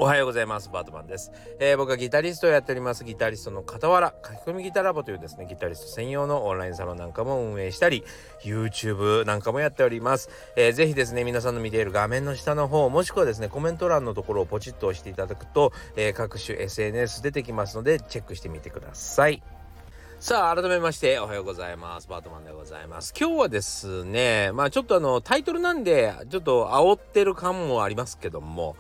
おはようございます。バートマンです。僕はギタリストをやっております。ギタリストの傍ら、書き込みギタラボというですね、ギタリスト専用のオンラインサロンなんかも運営したり、YouTube なんかもやっております。ぜひですね、皆さんの見ている画面の下の方、もしくはですね、コメント欄のところをポチッと押していただくと、各種 SNS 出てきますので、チェックしてみてください。さあ改めましておはようございます。バートマンでございます。今日はですね、ちょっとタイトルなんでちょっと煽ってる感もありますけども、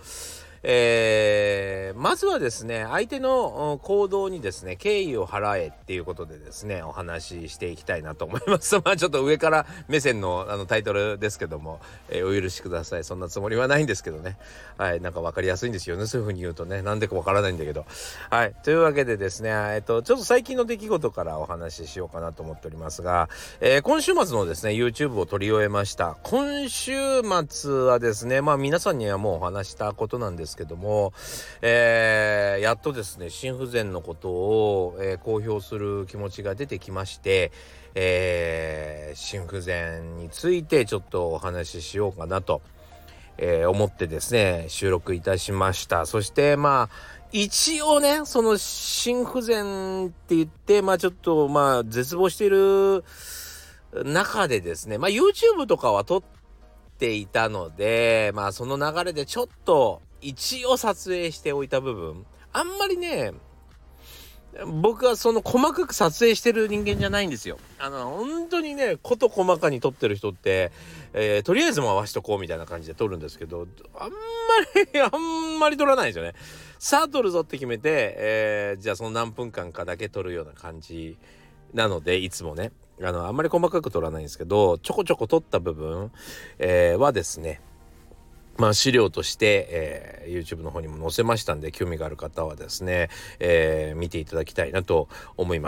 まずはですね、相手の行動にですね敬意を払えっていうことでですねお話ししていきたいなと思います。ちょっと上から目線のタイトルですけども、お許しください。そんなつもりはないんですけどね、はい、なんか分かりやすいんですよね、そういう風に言うとね。なんでか分からないんだけど、はい、というわけでですね、ちょっと最近の出来事からお話ししようかなと思っておりますが、今週末のですね YouTube を撮り終えました。今週末はですね、皆さんにはもうお話したことなんですけども、やっとですね心不全のことを、公表する気持ちが出てきまして、心不全についてちょっとお話ししようかなと、思ってですね収録いたしました。そして一応ね、その心不全って言ってちょっと絶望している中でですね、YouTube とかは撮っていたので、その流れでちょっと一応撮影しておいた部分、あんまりね僕はその細かく撮影してる人間じゃないんですよ。本当にね事細かに撮ってる人って、とりあえず回しとこうみたいな感じで撮るんですけど、あんまり撮らないですよね。さあ撮るぞって決めて、じゃあその何分間かだけ撮るような感じなので、いつもねあんまり細かく撮らないんですけど、ちょこちょこ撮った部分、はですね資料として、YouTube の方にも載せましたんで、興味がある方はですね、見ていただきたいなと思います。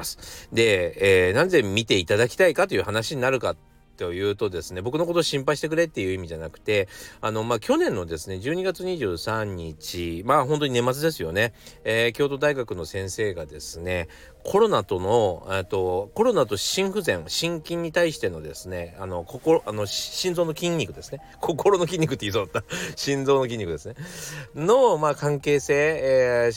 で、なぜ見ていただきたいかという話になるかというとですね、僕のことを心配してくれっていう意味じゃなくて、去年のですね12月23日、本当に年末ですよね、京都大学の先生がですねコロナと心不全、心筋に対してのですね心臓の筋肉ですね、心の筋肉って言いそうだった心臓の筋肉ですねの関係性、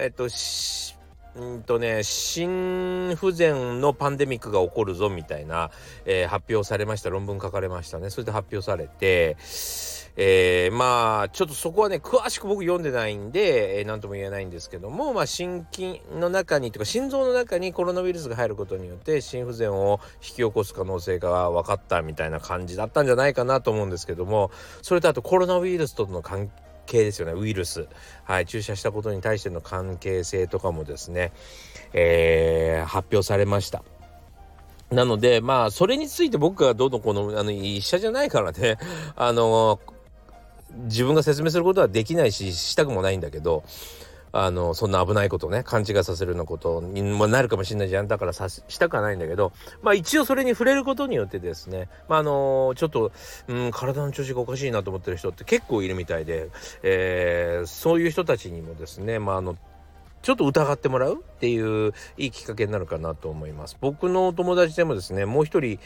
心不全のパンデミックが起こるぞみたいな、発表されました。論文書かれましたね。それで発表されて、ちょっとそこはね詳しく僕読んでないんで何とも言えないんですけども、心筋の中にというか心臓の中にコロナウイルスが入ることによって心不全を引き起こす可能性が分かったみたいな感じだったんじゃないかなと思うんですけども、それとあとコロナウイルスとの関係ですよね。ウイルス、注射したことに対しての関係性とかもですね、発表されました。なのでそれについて僕がどうのこの医者じゃないからね自分が説明することはできないししたくもないんだけど、そんな危ないことをね勘違いさせるようなことにもなるかもしれないじゃん。だからしたくはないんだけど、一応それに触れることによってですねちょっと、体の調子がおかしいなと思ってる人って結構いるみたいで、そういう人たちにもですねちょっと疑ってもらうっていういいきっかけになるかなと思います。僕のお友達でもですねもう一人、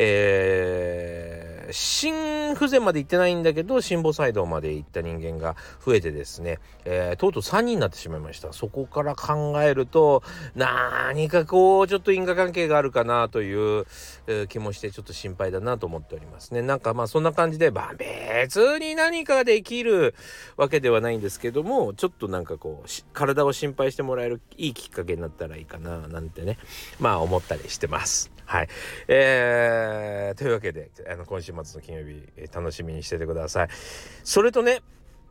心不全まで行ってないんだけど心房細動まで行った人間が増えてですね、とうとう3人になってしまいました。そこから考えると何かちょっと因果関係があるかなという、気もしてちょっと心配だなと思っておりますね。そんな感じで別に何かできるわけではないんですけども、ちょっと体を心配してもらえるいいきっかけになったらいいかななんてね思ったりしてます。はい、というわけで今週末の金曜日、楽しみにしててください。それとね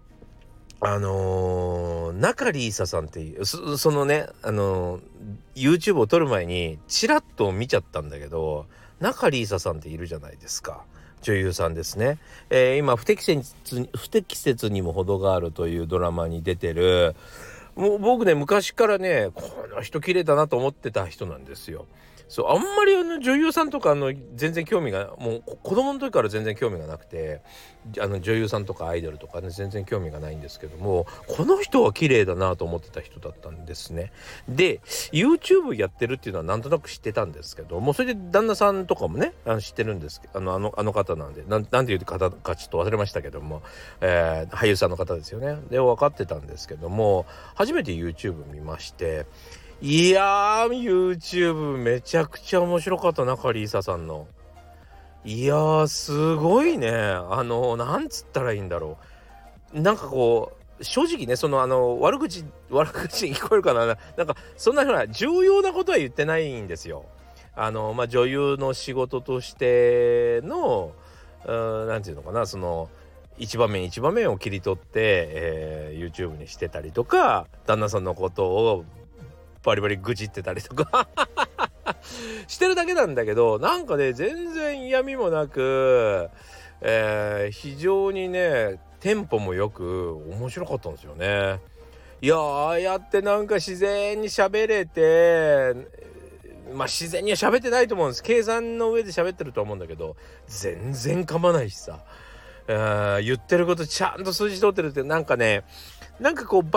中里依紗さんっていうそのねYouTube を撮る前にチラッと見ちゃったんだけど、中里依紗さんっているじゃないですか。女優さんですね。今不適切にも程があるというドラマに出てる、もう僕ね昔からねこの人綺麗だなと思ってた人なんですよ。 そうあんまり女優さんとか全然興味がもう子供の時から全然興味がなくて女優さんとかアイドルとかね全然興味がないんですけども、この人は綺麗だなと思ってた人だったんですね。で YouTube やってるっていうのはなんとなく知ってたんですけども、それで旦那さんとかもね知ってるんですけど、あの方なんでなんていう方かちょっと忘れましたけども、俳優さんの方ですよね。で分かってたんですけども、初めて YouTube 見まして、いやー YouTube めちゃくちゃ面白かったな、カリーサさんの。いやーすごいね。なんつったらいいんだろう、なんかこう正直ね、悪口に聞こえるかな、なんかそんなふうな重要なことは言ってないんですよ。女優の仕事としてのなんていうのかな、一場面一場面を切り取って、YouTube にしてたりとか、旦那さんのことをバリバリ愚痴ってたりとかしてるだけなんだけど、なんかね全然嫌味もなく、非常にねテンポもよく面白かったんですよね。いやああやってなんか自然に喋れて、自然には喋ってないと思うんです。計算の上で喋ってると思うんだけど全然噛まないしさ、言ってることちゃんと数字取ってるって、なんかねなんかこう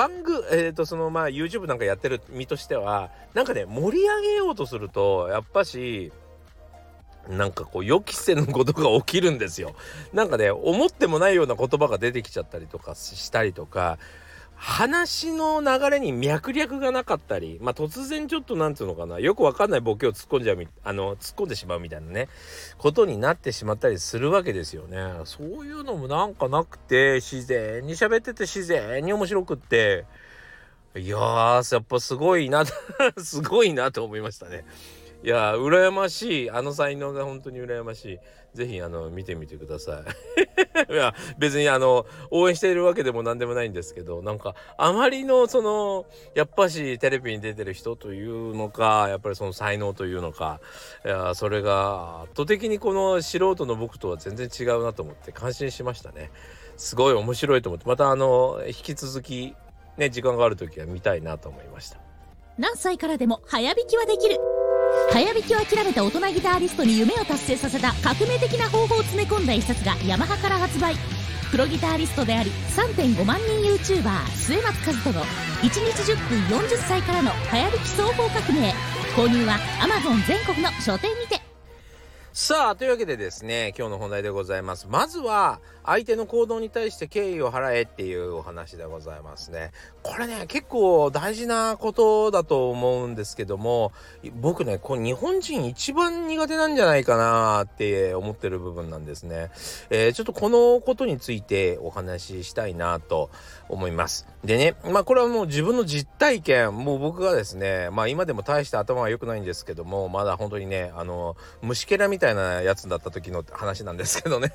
YouTube なんかやってる身としてはなんかね盛り上げようとするとやっぱしなんかこう予期せぬことが起きるんですよ。なんかね思ってもないような言葉が出てきちゃったりとかしたりとか、話の流れに脈略がなかったり、突然ちょっとなんつうのかな、よくわかんないボケを突っ込んでしまうみたいなねことになってしまったりするわけですよね。そういうのもなんかなくて、自然に喋ってて自然に面白くって、いやーやっぱすごいなすごいなと思いましたね。いや羨ましい、才能が本当に羨ましい。ぜひ見てみてくださいいや別に応援しているわけでも何でもないんですけど、なんかあまりのやっぱしテレビに出てる人というのか、やっぱりその才能というのか、いやそれが圧倒的にこの素人の僕とは全然違うなと思って感心しましたね。すごい面白いと思って、また引き続きね時間がある時は見たいなと思いました。 何歳からでも早弾きはできる。早弾きを諦めた大人ギタリストに夢を達成させた革命的な方法を詰め込んだ一冊がヤマハから発売。プロギタリストであり 3.5 万人 YouTuber 末松和人の1日10分40歳からの早弾き双方革命。購入は Amazon 全国の書店にて。 さあというわけでですね、今日の本題でございます。まずは相手の行動に対して敬意を払えっていうお話でございますね。これね結構大事なことだと思うんですけども、僕ねこれ日本人一番苦手なんじゃないかなって思ってる部分なんですね。ちょっとこのことについてお話ししたいなと思います。でね、これはもう自分の実体験、もう僕がですね今でも大して頭は良くないんですけども、まだ本当にね虫けらみたいなやつだった時の話なんですけどね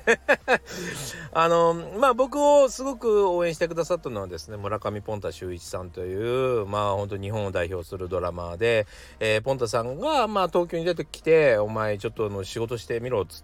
僕をすごく応援してくださったのはですね、村上ポンタ秀一さんという本当に日本を代表するドラマーで、ポンタさんが東京に出てきて、お前ちょっと仕事してみろっつって、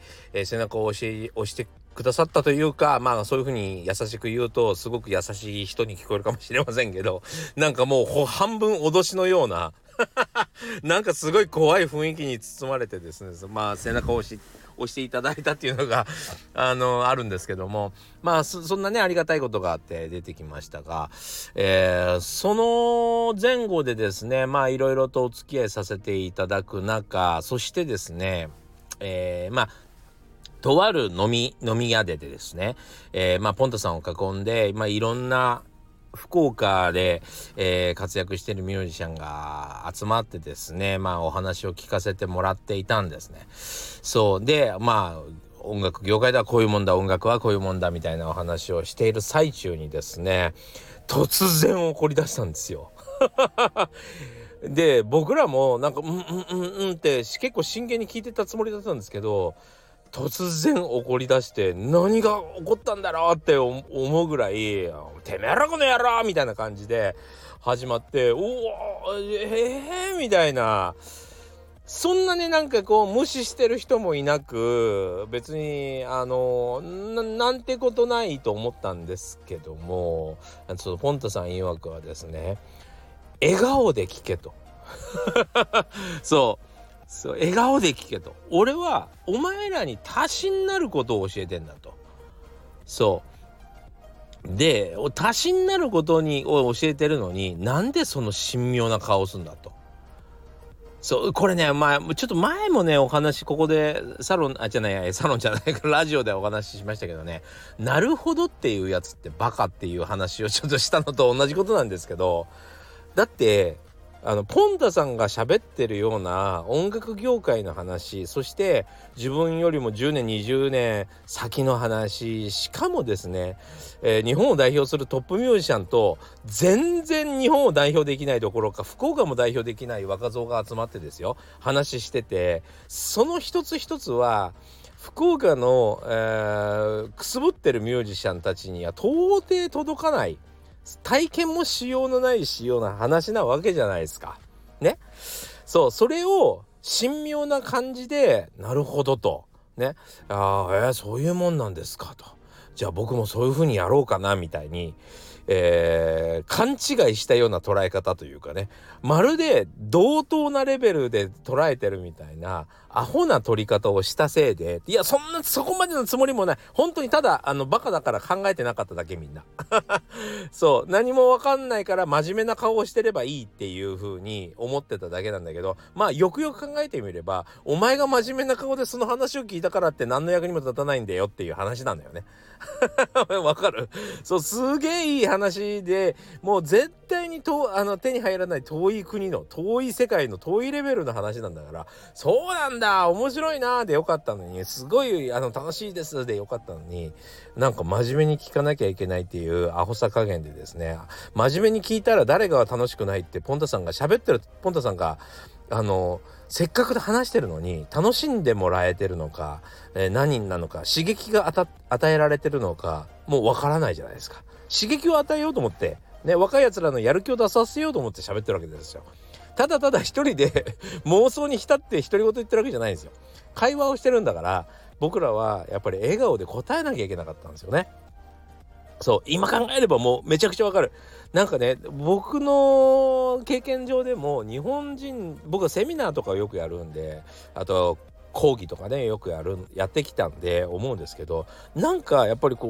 背中を押してくださったというか、そういう風に優しく言うとすごく優しい人に聞こえるかもしれませんけど、なんかもう半分脅しのようななんかすごい怖い雰囲気に包まれてですね、背中を押していただいたっていうのがあるんですけども、そんなねありがたいことがあって出てきましたが、その前後でですねいろいろとお付き合いさせていただく中、そしてですねとある飲み屋でですね、ポンタさんを囲んでいろんな福岡で、活躍しているミュージシャンが集まってですねお話を聞かせてもらっていたんですね。そうで音楽業界ではこういうもんだ、音楽はこういうもんだみたいなお話をしている最中にですね突然怒り出したんですよで僕らもなんかって結構真剣に聞いてたつもりだったんですけど、突然怒り出して何が起こったんだろうって思うぐらい、てめえらこの野郎みたいな感じで始まって、みたいな、そんなねなんかこう無視してる人もいなく、別になんてことないと思ったんですけども、そのポンタさん曰くはですね、笑顔で聞けとそうそう笑顔で聞けと。俺はお前らに足しになることを教えてんだと。そうで足しになることを教えてるのに、なんでその神妙な顔をするんだと。そうこれね、ちょっと前もねお話ここでサロンじゃないラジオでお話ししましたけどね、なるほどっていうやつってバカっていう話をちょっとしたのと同じことなんですけど、だってポンタさんが喋ってるような音楽業界の話、そして自分よりも10年20年先の話、しかもですね、日本を代表するトップミュージシャンと全然日本を代表できないどころか福岡も代表できない若造が集まってですよ話してて、その一つ一つは福岡の、くすぶってるミュージシャンたちには到底届かない、体験もしようのないしような話なわけじゃないですかね。それを神妙な感じでなるほどとね、そういうもんなんですかと、じゃあ僕もそういう風にやろうかなみたいに、勘違いしたような捉え方というかね、まるで同等なレベルで捉えてるみたいなアホな取り方をしたせいで、いやそこまでのつもりもない、本当にただバカだから考えてなかっただけ、みんなそう何も分かんないから真面目な顔をしてればいいっていう風に思ってただけなんだけど、よくよく考えてみれば、お前が真面目な顔でその話を聞いたからって何の役にも立たないんだよっていう話なんだよねわかる？そうすげえいい話で、もう絶対に手に入らない遠い国の遠い世界の遠いレベルの話なんだから、そうなんだ面白いなでよかったのに、すごい楽しいですでよかったのに、なんか真面目に聞かなきゃいけないっていうアホさ加減でですね、真面目に聞いたら誰が楽しくないってポンタさんが喋ってる、ポンタさんがせっかく話してるのに楽しんでもらえてるのか、何なのか、刺激が与えられてるのかもうわからないじゃないですか。刺激を与えようと思ってね、若いやつらのやる気を出させようと思って喋ってるわけですよ。ただただ一人で妄想に浸って独り言言ってるわけじゃないんですよ。会話をしてるんだから、僕らはやっぱり笑顔で答えなきゃいけなかったんですよね。そう今考えればもうめちゃくちゃわかる。なんかね、僕の経験上でも日本人、僕はセミナーとかをよくやるんで、あと講義とかねよくやってきたんで思うんですけど、なんかやっぱり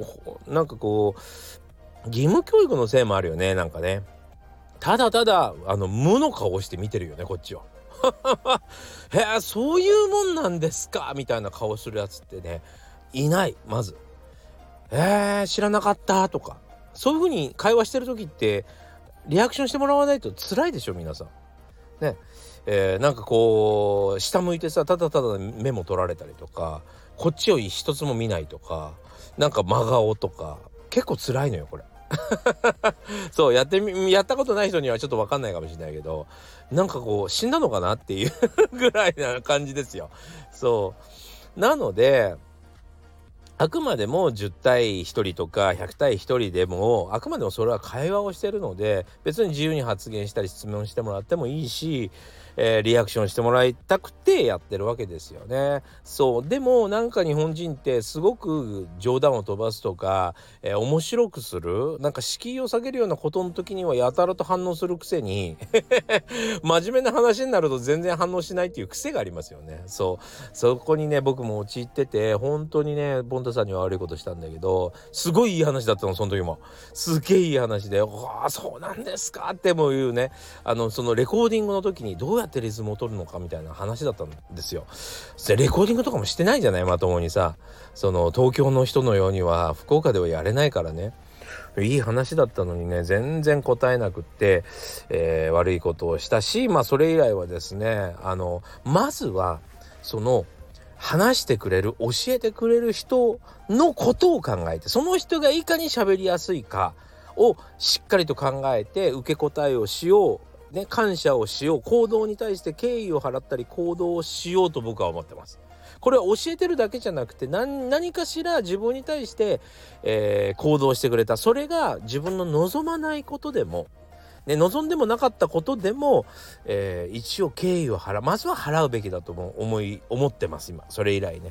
義務教育のせいもあるよね。なんかね、ただただ無の顔をして見てるよねこっちをへえそういうもんなんですかみたいな顔するやつってねいない。まず知らなかったとか、そういう風に会話してる時ってリアクションしてもらわないと辛いでしょ皆さんね。なんか下向いてさ、ただただメモ取られたりとか、こっちを一つも見ないとか、なんか真顔とか結構辛いのよこれそうやったことない人にはちょっと分かんないかもしれないけど、なんか死んだのかなっていうぐらいな感じですよ。そうなのであくまでも10対1人とか100対1人でも、あくまでもそれは会話をしてるので、別に自由に発言したり質問してもらってもいいし、リアクションしてもらいたくてやってるわけですよね。そうでもなんか日本人ってすごく冗談を飛ばすとか、面白くする、なんか敷居を下げるようなことの時にはやたらと反応するくせに真面目な話になると全然反応しないっていう癖がありますよね。そこにね僕も陥ってて、本当にねボンタさんには悪いことしたんだけど、すごいいい話だったの。その時もすげえいい話で、そうなんですかってもいうね、そのレコーディングの時にどうやってリズムを取るのかみたいな話だったんですよ。レコーディングとかもしてないじゃない、まともにさ。その東京の人のようには福岡ではやれないからね。いい話だったのにね全然答えなくって、悪いことをしたし、それ以来はですね、まずはその話してくれる、教えてくれる人のことを考えて、その人がいかに喋りやすいかをしっかりと考えて受け答えをしよう、ね、感謝をしよう、行動に対して敬意を払ったり行動をしようと僕は思ってます。これは教えてるだけじゃなくて、何かしら自分に対して、行動してくれた、それが自分の望まないことでもね、望んでもなかったことでも、一応敬意をまずは払うべきだと思ってます今。それ以来ね。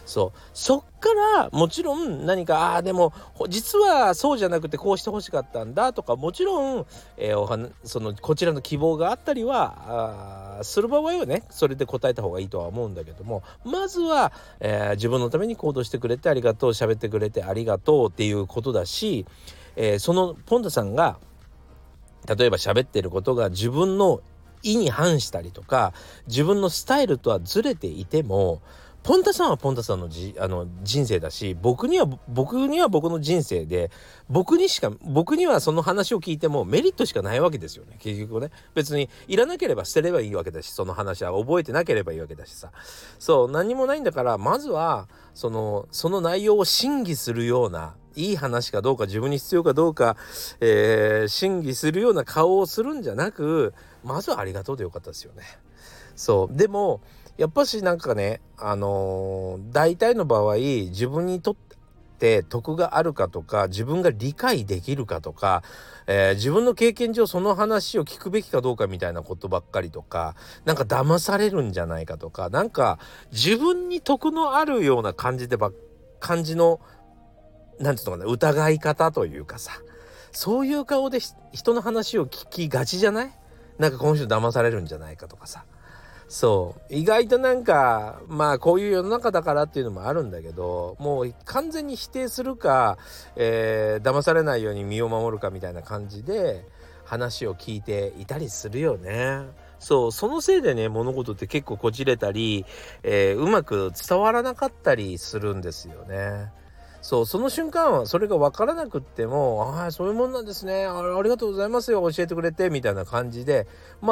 そっからもちろん何かでも実はそうじゃなくてこうしてほしかったんだとか、もちろん、こちらの希望があったりはする場合はね、それで答えた方がいいとは思うんだけども、まずは、自分のために行動してくれてありがとう、喋ってくれてありがとうっていうことだし、そのポンタさんが例えば喋ってることが自分の意に反したりとか、自分のスタイルとはずれていても、ポンタさんはポンタさんの人生だし、僕には僕の人生で、僕にはその話を聞いてもメリットしかないわけですよね。結局ね、別にいらなければ捨てればいいわけだし、その話は覚えてなければいいわけだしさ、何もないんだから、まずはその内容を審議するような、いい話かどうか、自分に必要かどうか、審議するような顔をするんじゃなく、まずはありがとうでよかったですよね。でもやっぱしなんかね、大体の場合、自分にとって得があるかとか、自分が理解できるかとか、自分の経験上その話を聞くべきかどうかみたいなことばっかりとか、なんか騙されるんじゃないかとか、なんか自分に得のあるような感じのなんていうのかな、疑い方というかさ、そういう顔で人の話を聞きがちじゃない？なんかこの人騙されるんじゃないかとかさ、意外となんかこういう世の中だからっていうのもあるんだけど、もう完全に否定するか、騙されないように身を守るかみたいな感じで話を聞いていたりするよね。そのせいでね、物事って結構こじれたり、うまく伝わらなかったりするんですよね。その瞬間はそれが分からなくっても、そういうもんなんですね、ありがとうございますよ、教えてくれてみたいな感じで、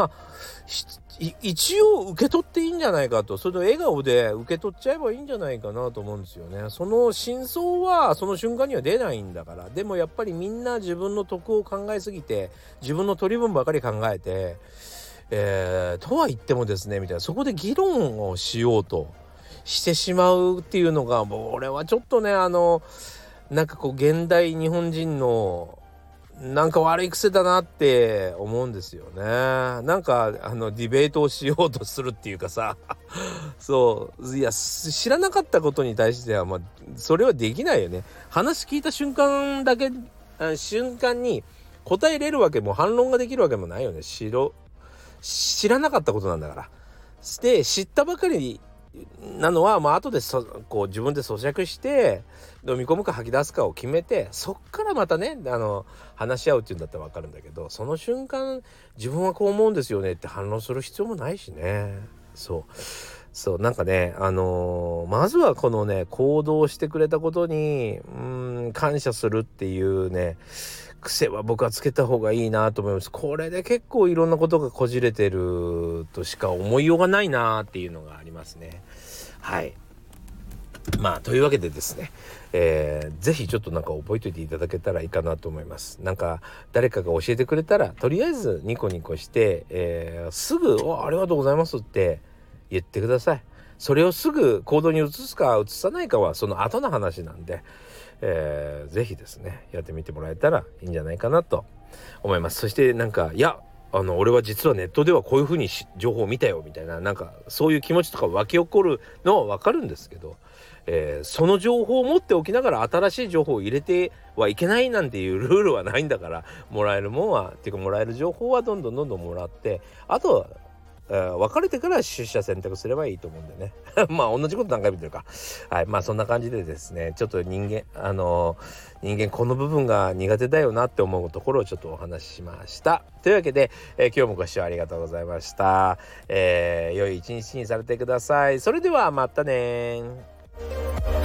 一応受け取っていいんじゃないかと、それと笑顔で受け取っちゃえばいいんじゃないかなと思うんですよね。その真相はその瞬間には出ないんだから。でもやっぱりみんな自分の得を考えすぎて、自分の取り分ばかり考えて、とは言ってもですねみたいな、そこで議論をしようとしてしまうっていうのが、もう俺はちょっとね、なんかこう現代日本人のなんか悪い癖だなって思うんですよね。なんかディベートをしようとするっていうかさいや、知らなかったことに対してはそれはできないよね。話聞いた瞬間に答えれるわけも反論ができるわけもないよね。知らなかったことなんだから。で知ったばかりなのは後でこう自分で咀嚼して飲み込むか吐き出すかを決めて、そっからまたね話し合うっていうんだったら分かるんだけど、その瞬間自分はこう思うんですよねって反論する必要もないしね。なんかね、まずはこのね、行動してくれたことに感謝するっていうね癖は僕はつけた方がいいなと思います。これで結構いろんなことがこじれてるとしか思いようがないなっていうのがありますね。はい。というわけでですね、ぜひちょっとなんか覚えておいていただけたらいいかなと思います。なんか誰かが教えてくれたらとりあえずニコニコして、すぐありがとうございますって言ってください。それをすぐ行動に移すか移さないかはその後の話なんで、ぜひですねやってみてもらえたらいいんじゃないかなと思います。そしてなんか俺は実はネットではこういう風に情報を見たよみたいな、なんかそういう気持ちとか湧き起こるのは分かるんですけど、その情報を持っておきながら新しい情報を入れてはいけないなんていうルールはないんだから、もらえる情報はどんどんもらって、あとは別れてから出社選択すればいいと思うんでね同じこと何回も言ってるか。はい、そんな感じでですね、ちょっと人間この部分が苦手だよなって思うところをちょっとお話ししました。というわけで、今日もご視聴ありがとうございました。良い一日にされてください。それではまたね。